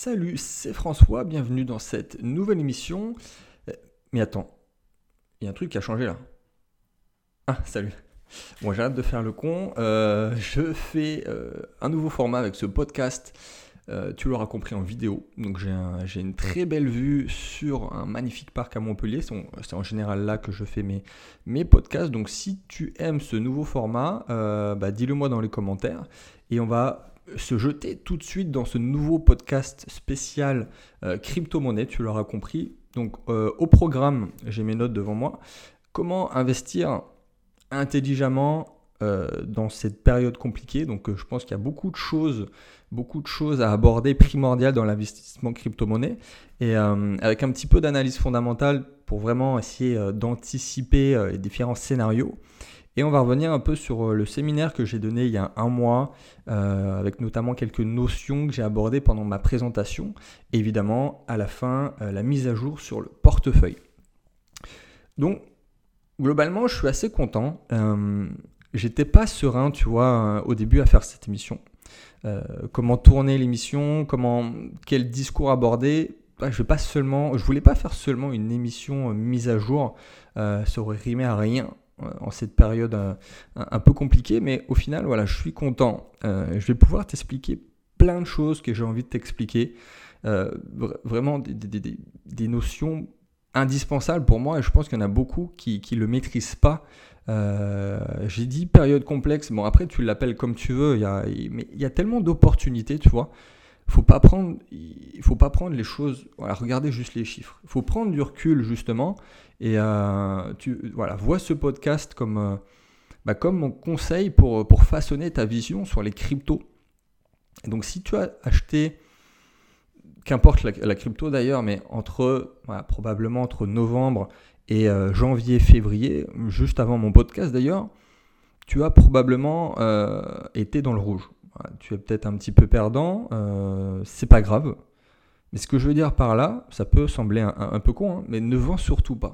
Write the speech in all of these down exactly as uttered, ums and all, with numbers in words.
Salut, c'est François, bienvenue dans cette nouvelle émission. Euh, Mais attends, il y a un truc qui a changé là. Ah, salut. Bon, j'arrête de faire le con. Euh, je fais euh, un nouveau format avec ce podcast. Euh, tu l'auras compris en vidéo. Donc j'ai un- j'ai une très belle vue sur un magnifique parc à Montpellier. C'est en, c'est en général là que je fais mes, mes podcasts. Donc si tu aimes ce nouveau format, euh, bah, dis-le moi dans les commentaires. Et on va se jeter tout de suite dans ce nouveau podcast spécial euh, crypto-monnaie. Tu l'auras compris. Donc euh, au programme, j'ai mes notes devant moi. Comment investir intelligemment euh, dans cette période compliquée. Donc euh, je pense qu'il y a beaucoup de choses, beaucoup de choses à aborder primordiales dans l'investissement crypto-monnaie et euh, avec un petit peu d'analyse fondamentale pour vraiment essayer euh, d'anticiper euh, les différents scénarios. Et on va revenir un peu sur euh, le séminaire que j'ai donné il y a un mois, euh, avec notamment quelques notions que j'ai abordées pendant ma présentation. Et évidemment, à la fin, euh, la mise à jour sur le portefeuille. Donc, globalement, je suis assez content. Euh, j'étais pas serein, tu vois, euh, au début à faire cette émission. Euh, comment tourner l'émission, comment, quel discours aborder. Ouais, je vais pas seulement, je voulais pas faire seulement une émission euh, mise à jour. Euh, ça aurait rimé à rien euh, en cette période euh, un, un peu compliquée, mais au final, voilà, je suis content. Euh, je vais pouvoir t'expliquer plein de choses que j'ai envie de t'expliquer. Euh, vra- vraiment des, des, des, des notions indispensable pour moi et je pense qu'il y en a beaucoup qui ne le maîtrisent pas. Euh, j'ai dit période complexe, bon après tu l'appelles comme tu veux, il y a, mais il y a tellement d'opportunités, tu vois. Faut pas prendre, il faut pas prendre les choses, voilà, regardez juste les chiffres. Il faut prendre du recul justement et euh, tu, voilà, vois ce podcast comme, euh, bah, comme mon conseil pour, pour façonner ta vision sur les cryptos. Et donc si tu as acheté qu'importe la, la crypto d'ailleurs, mais entre voilà, probablement entre novembre et euh, janvier, février, juste avant mon podcast d'ailleurs, tu as probablement euh, été dans le rouge. Voilà, tu es peut-être un petit peu perdant, euh, c'est pas grave. Mais ce que je veux dire par là, ça peut sembler un, un, un peu con, hein, mais ne vends surtout pas.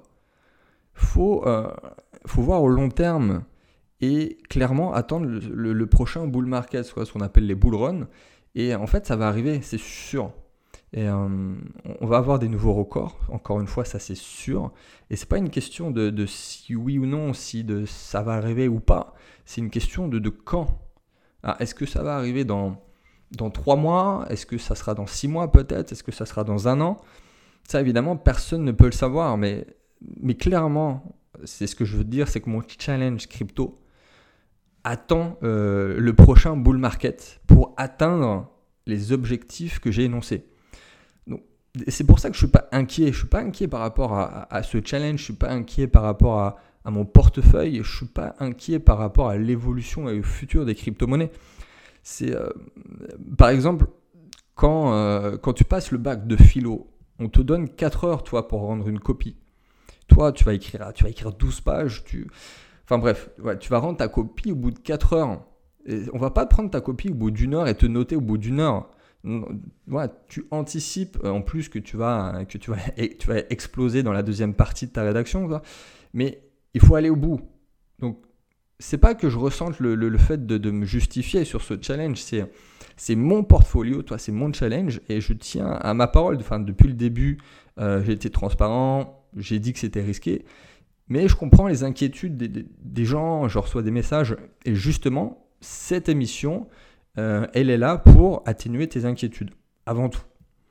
Faut, euh, faut voir au long terme et clairement attendre le, le, le prochain bull market, soit ce qu'on appelle les bull runs. Et en fait, ça va arriver, c'est sûr. Et euh, on va avoir des nouveaux records, encore une fois, ça c'est sûr. Et c'est pas une question de, de si oui ou non, si de, ça va arriver ou pas. C'est une question de, de quand. Ah, est-ce que ça va arriver dans, dans trois mois? Est-ce que ça sera dans six mois peut-être? Est-ce que ça sera dans un an? Ça évidemment, personne ne peut le savoir. Mais, mais clairement, c'est ce que je veux dire, c'est que mon challenge crypto attend euh, le prochain bull market pour atteindre les objectifs que j'ai énoncés. Donc, c'est pour ça que je ne suis pas inquiet. Je ne suis pas inquiet par rapport à, à, à ce challenge. Je ne suis pas inquiet par rapport à, à mon portefeuille. Je ne suis pas inquiet par rapport à l'évolution et au futur des crypto-monnaies. C'est, euh, par exemple, quand, euh, quand tu passes le bac de philo, on te donne quatre heures toi, pour rendre une copie. Toi, tu vas écrire, tu vas écrire douze pages. Tu... Enfin bref, ouais, tu vas rendre ta copie au bout de quatre heures. Et on ne va pas te prendre ta copie au bout d'une heure et te noter au bout d'une heure. Ouais, tu anticipes en plus que tu vas, que tu vas, tu vas exploser dans la deuxième partie de ta rédaction, quoi. Mais il faut aller au bout. Donc, c'est pas que je ressente le, le, le fait de, de me justifier sur ce challenge, c'est, c'est mon portfolio, toi, c'est mon challenge et je tiens à ma parole. Enfin, depuis le début, euh, j'ai été transparent, j'ai dit que c'était risqué, mais je comprends les inquiétudes des, des, des gens, je reçois des messages et justement, cette émission, Euh, elle est là pour atténuer tes inquiétudes, avant tout.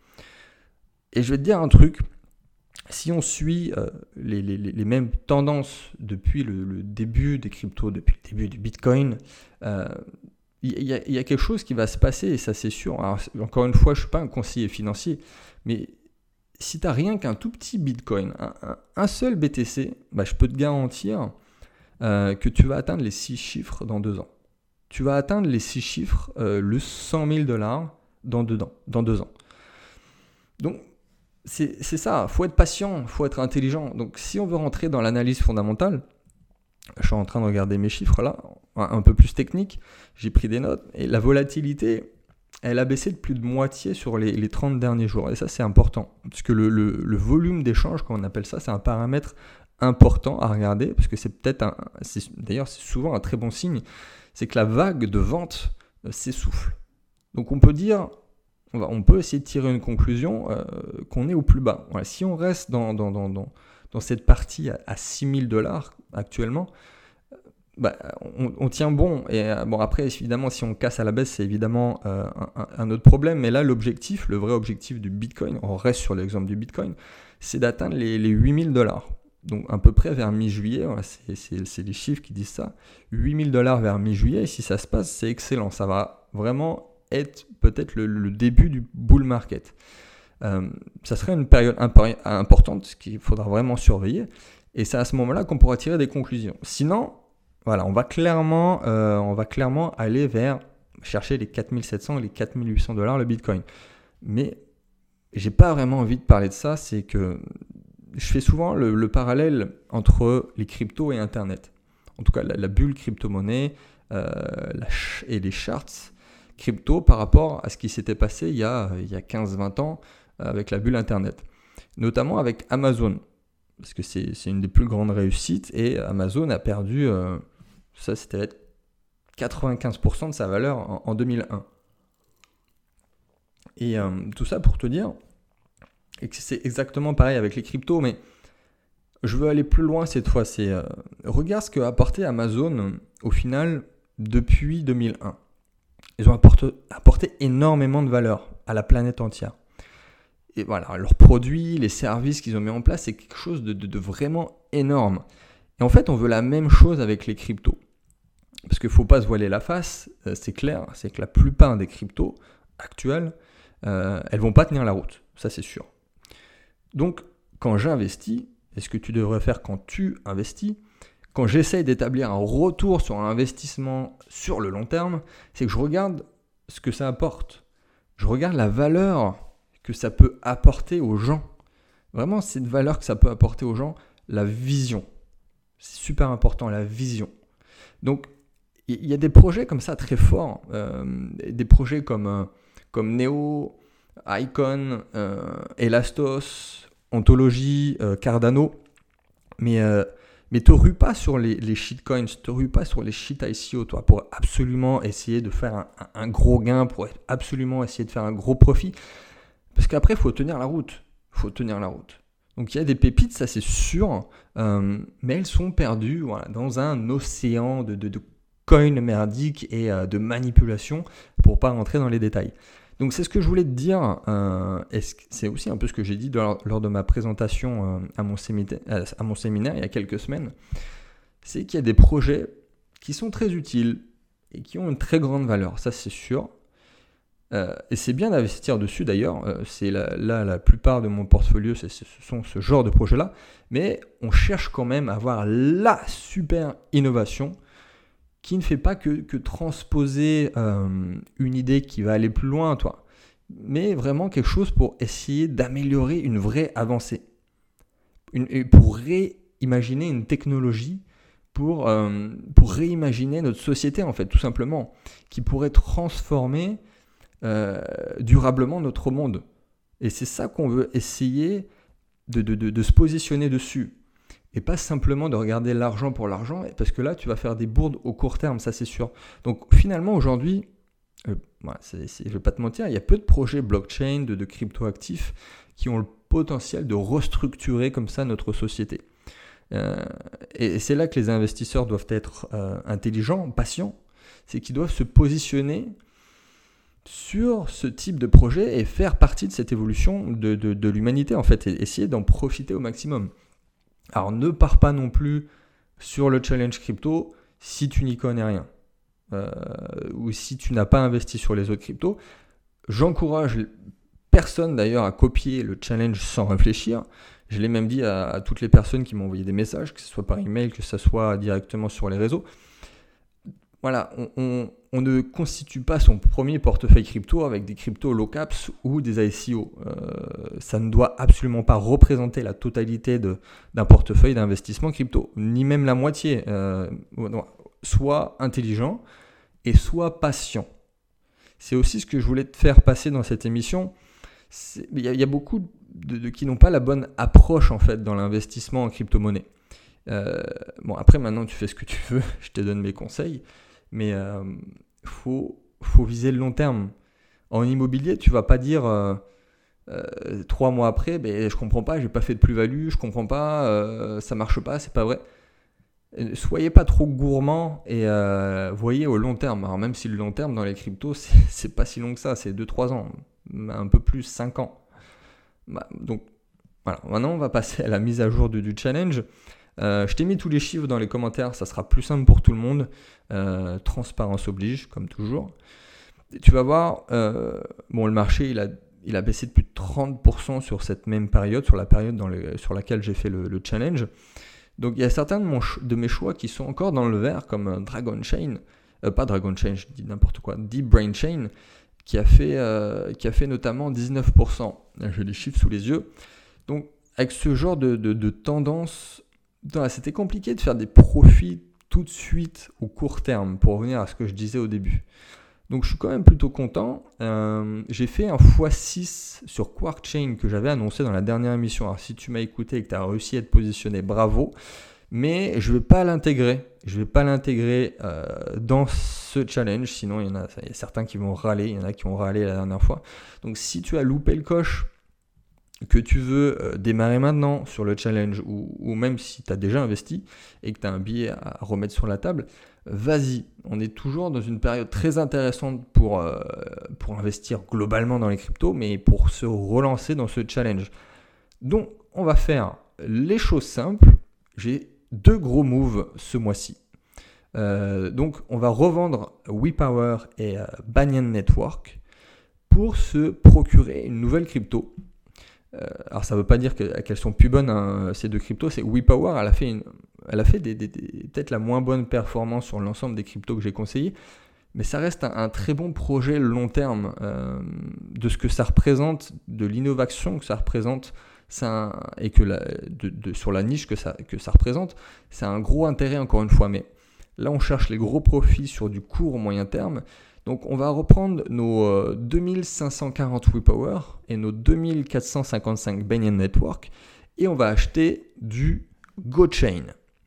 Et je vais te dire un truc, si on suit euh, les, les, les mêmes tendances depuis le, le début des cryptos, depuis le début du Bitcoin, il euh, y, y, y a quelque chose qui va se passer, et ça c'est sûr. Alors, encore une fois, je ne suis pas un conseiller financier, mais si tu n'as rien qu'un tout petit Bitcoin, un, un, un seul B T C, bah, je peux te garantir euh, que tu vas atteindre les six chiffres dans deux ans. Tu vas atteindre les six chiffres, euh, le cent mille dollars dans deux, dans deux ans. Donc, c'est, c'est ça, il faut être patient, il faut être intelligent. Donc, si on veut rentrer dans l'analyse fondamentale, je suis en train de regarder mes chiffres là, un, un peu plus technique, j'ai pris des notes, et la volatilité, elle a baissé de plus de moitié sur les, les trente derniers jours. Et ça, c'est important, puisque le, le, le volume d'échange, comme on appelle ça, c'est un paramètre important à regarder, parce que c'est peut-être, un, c'est, d'ailleurs, c'est souvent un très bon signe, c'est que la vague de vente euh, s'essouffle. Donc on peut dire, on, va, on peut essayer de tirer une conclusion euh, qu'on est au plus bas. Voilà, si on reste dans, dans, dans, dans, dans cette partie à, à six mille dollars actuellement, bah, on, on tient bon. Et euh, bon, après, évidemment, si on casse à la baisse, c'est évidemment euh, un, un autre problème. Mais là, l'objectif, le vrai objectif du Bitcoin, on reste sur l'exemple du Bitcoin, c'est d'atteindre les, les huit mille dollars. Donc à peu près vers mi-juillet, voilà, c'est, c'est, c'est les chiffres qui disent ça. huit mille dollars vers mi-juillet, et si ça se passe, c'est excellent. Ça va vraiment être peut-être le, le début du bull market. Euh, ça serait une période imp- importante qu'il faudra vraiment surveiller. Et c'est à ce moment-là qu'on pourra tirer des conclusions. Sinon, voilà, on va clairement, euh, on va clairement aller vers chercher les quatre mille sept cents et les quatre mille huit cents dollars le Bitcoin. Mais j'ai pas vraiment envie de parler de ça. C'est que je fais souvent le, le parallèle entre les cryptos et Internet. En tout cas, la, la bulle crypto-monnaie euh, la ch- et les charts crypto par rapport à ce qui s'était passé il y a, il y a quinze vingt ans euh, avec la bulle Internet. Notamment avec Amazon. Parce que c'est, c'est une des plus grandes réussites. Et Amazon a perdu, euh, ça c'était quatre-vingt-quinze pour cent de sa valeur en, en deux mille un. Et euh, tout ça pour te dire... Et que c'est exactement pareil avec les cryptos, mais je veux aller plus loin cette fois. C'est, euh, regarde ce qu'a apporté Amazon euh, au final depuis deux mille un. Ils ont apporté, apporté énormément de valeur à la planète entière. Et voilà, leurs produits, les services qu'ils ont mis en place, c'est quelque chose de, de, de vraiment énorme. Et en fait, on veut la même chose avec les cryptos. Parce qu'il ne faut pas se voiler la face, euh, c'est clair, c'est que la plupart des cryptos actuelles, euh, elles ne vont pas tenir la route, ça c'est sûr. Donc, quand j'investis, et ce que tu devrais faire quand tu investis, quand j'essaye d'établir un retour sur un investissement sur le long terme, c'est que je regarde ce que ça apporte. Je regarde la valeur que ça peut apporter aux gens. Vraiment, cette valeur que ça peut apporter aux gens, la vision. C'est super important, la vision. Donc, il y a des projets comme ça très forts, euh, des projets comme, euh, comme Neo, Icon, euh, Elastos, Ontology, euh, Cardano, mais euh, mais te rue pas sur les, les shitcoins, te rue pas sur les shit I C O, toi, pour absolument essayer de faire un, un, un gros gain, pour absolument essayer de faire un gros profit, parce qu'après, il faut tenir la route, il faut tenir la route. Donc il y a des pépites, ça c'est sûr, euh, mais elles sont perdues voilà, dans un océan de, de, de coins merdiques et euh, de manipulation, pour pas rentrer dans les détails. Donc c'est ce que je voulais te dire, euh, et c'est aussi un peu ce que j'ai dit lors, lors de ma présentation euh, à, mon séminaire, à mon séminaire il y a quelques semaines, c'est qu'il y a des projets qui sont très utiles et qui ont une très grande valeur, ça c'est sûr. Euh, et c'est bien d'investir dessus d'ailleurs, euh, c'est la, là la plupart de mon portfolio, c'est, ce sont ce genre de projets-là, mais on cherche quand même à avoir la super innovation qui ne fait pas que, que transposer euh, une idée qui va aller plus loin, toi, mais vraiment quelque chose pour essayer d'améliorer une vraie avancée, une, pour réimaginer une technologie, pour, euh, pour réimaginer notre société, en fait, tout simplement, qui pourrait transformer euh, durablement notre monde. Et c'est ça qu'on veut essayer de, de, de, de se positionner dessus. Et pas simplement de regarder l'argent pour l'argent, parce que là, tu vas faire des bourdes au court terme, ça c'est sûr. Donc finalement, aujourd'hui, euh, bah, c'est, c'est, je ne vais pas te mentir, il y a peu de projets blockchain, de, de crypto-actifs qui ont le potentiel de restructurer comme ça notre société. Euh, et c'est là que les investisseurs doivent être euh, intelligents, patients, c'est qu'ils doivent se positionner sur ce type de projet et faire partie de cette évolution de, de, de l'humanité, en fait, et essayer d'en profiter au maximum. Alors ne pars pas non plus sur le challenge crypto si tu n'y connais rien euh, ou si tu n'as pas investi sur les autres cryptos. J'encourage personne d'ailleurs à copier le challenge sans réfléchir. Je l'ai même dit à, à toutes les personnes qui m'ont envoyé des messages, que ce soit par email, que ce soit directement sur les réseaux. Voilà, on, on, on ne constitue pas son premier portefeuille crypto avec des cryptos low caps ou des I C O. Euh, ça ne doit absolument pas représenter la totalité de, d'un portefeuille d'investissement crypto, ni même la moitié. Euh, non, sois intelligent et sois patient. C'est aussi ce que je voulais te faire passer dans cette émission. Il y, y a beaucoup de, de qui n'ont pas la bonne approche en fait dans l'investissement en crypto-monnaie. Euh, bon, après maintenant tu fais ce que tu veux, je te donne mes conseils. Mais il euh, faut, faut viser le long terme. En immobilier, tu vas pas dire euh, euh, trois mois après, ben, je comprends pas, j'ai pas fait de plus-value, je comprends pas, euh, ça marche pas, c'est pas vrai. Soyez pas trop gourmand et euh, voyez au long terme. Alors même si le long terme dans les cryptos, c'est, c'est pas si long que ça, c'est deux trois ans, un peu plus, cinq ans. Bah, donc voilà, maintenant on va passer à la mise à jour du, du challenge. Euh, je t'ai mis tous les chiffres dans les commentaires, ça sera plus simple pour tout le monde. Euh, transparence oblige, comme toujours. Et tu vas voir, euh, bon, le marché il a, il a baissé de plus de trente pour cent sur cette même période, sur la période dans le, sur laquelle j'ai fait le, le challenge. Donc il y a certains de, mon, de mes choix qui sont encore dans le vert, comme Dragon Chain, euh, pas Dragon Chain, je dis n'importe quoi, Deep Brain Chain, qui a fait, euh, qui a fait notamment dix-neuf pour cent. J'ai les chiffres sous les yeux. Donc avec ce genre de, de, de tendance, c'était compliqué de faire des profits tout de suite au court terme, pour revenir à ce que je disais au début. Donc je suis quand même plutôt content. Euh, j'ai fait un fois six sur Quark Chain que j'avais annoncé dans la dernière émission. Alors si tu m'as écouté et que tu as réussi à être positionné, bravo. Mais je ne vais pas l'intégrer. Je ne vais pas l'intégrer euh, dans ce challenge. Sinon, il y en a, il y a certains qui vont râler. Il y en a qui ont râlé la dernière fois. Donc si tu as loupé le coche, que tu veux euh, démarrer maintenant sur le challenge, ou, ou même si tu as déjà investi et que tu as un billet à remettre sur la table, vas-y. On est toujours dans une période très intéressante pour, euh, pour investir globalement dans les cryptos, mais pour se relancer dans ce challenge. Donc, on va faire les choses simples. J'ai deux gros moves ce mois-ci. Euh, donc, on va revendre WePower et euh, Banyan Network pour se procurer une nouvelle crypto. Euh, alors ça ne veut pas dire que, qu'elles sont plus bonnes, hein, ces deux cryptos. C'est WePower, elle a fait, une, elle a fait des, des, des, peut-être la moins bonne performance sur l'ensemble des cryptos que j'ai conseillés, mais ça reste un, un très bon projet long terme euh, de ce que ça représente, de l'innovation que ça représente, un, et que la, de, de, sur la niche que ça, que ça représente. C'est un gros intérêt encore une fois, mais là on cherche les gros profits sur du court moyen terme. Donc on va reprendre nos euh, deux mille cinq cent quarante WePower et nos deux mille quatre cent cinquante-cinq Banyan Network et on va acheter du GoChain.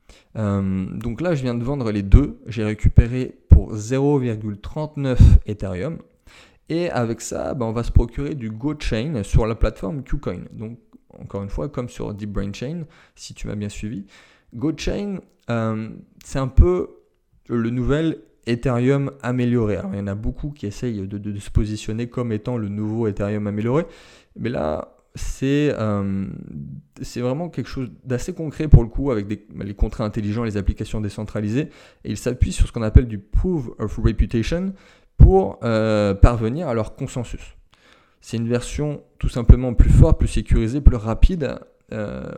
Euh, donc là je viens de vendre les deux, j'ai récupéré pour zéro virgule trente-neuf Ethereum et avec ça ben, on va se procurer du GoChain sur la plateforme KuCoin. Donc encore une fois comme sur Deep Brain Chain si tu m'as bien suivi. GoChain euh, c'est un peu le nouvel Ethereum amélioré. Alors, il y en a beaucoup qui essayent de, de, de se positionner comme étant le nouveau Ethereum amélioré. Mais là, c'est, euh, c'est vraiment quelque chose d'assez concret pour le coup avec des, les contrats intelligents, les applications décentralisées. Et ils s'appuient sur ce qu'on appelle du Proof of Reputation pour euh, parvenir à leur consensus. C'est une version tout simplement plus forte, plus sécurisée, plus rapide. Euh,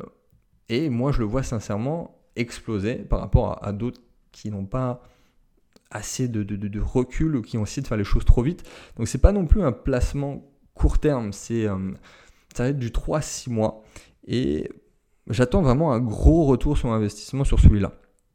et moi, je le vois sincèrement exploser par rapport à, à d'autres qui n'ont pas assez de, de, de recul ou qui ont essayé de faire les choses trop vite. Donc, ce n'est pas non plus un placement court terme. C'est, euh, ça va être du trois à six mois. Et j'attends vraiment un gros retour sur investissement sur celui-là.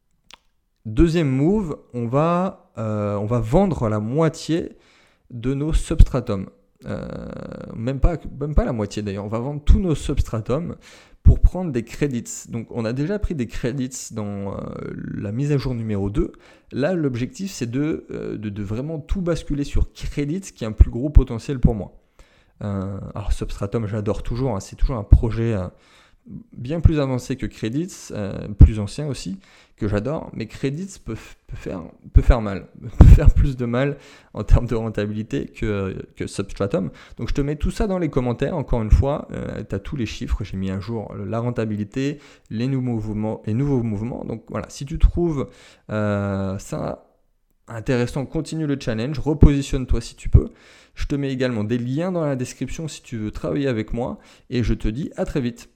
Deuxième move, on va, euh, on va vendre la moitié de nos substratums. Euh, même, pas, même pas la moitié d'ailleurs. On va vendre tous nos substratums pour prendre des credits. Donc on a déjà pris des credits dans euh, la mise à jour numéro deux. Là, l'objectif, c'est de, euh, de, de vraiment tout basculer sur credits, qui a un plus gros potentiel pour moi. Euh, alors Substratum, j'adore toujours. Hein, c'est toujours un projet euh, bien plus avancé que Credits, euh, plus ancien aussi, que j'adore. Mais Credits peut, peut, faire, peut faire mal, peut faire plus de mal en termes de rentabilité que, que Substratum. Donc je te mets tout ça dans les commentaires. Encore une fois, euh, tu as tous les chiffres. J'ai mis à jour la rentabilité, les nouveaux mouvements. Les nouveaux mouvements. Donc voilà, si tu trouves euh, ça intéressant, continue le challenge, repositionne-toi si tu peux. Je te mets également des liens dans la description si tu veux travailler avec moi. Et je te dis à très vite.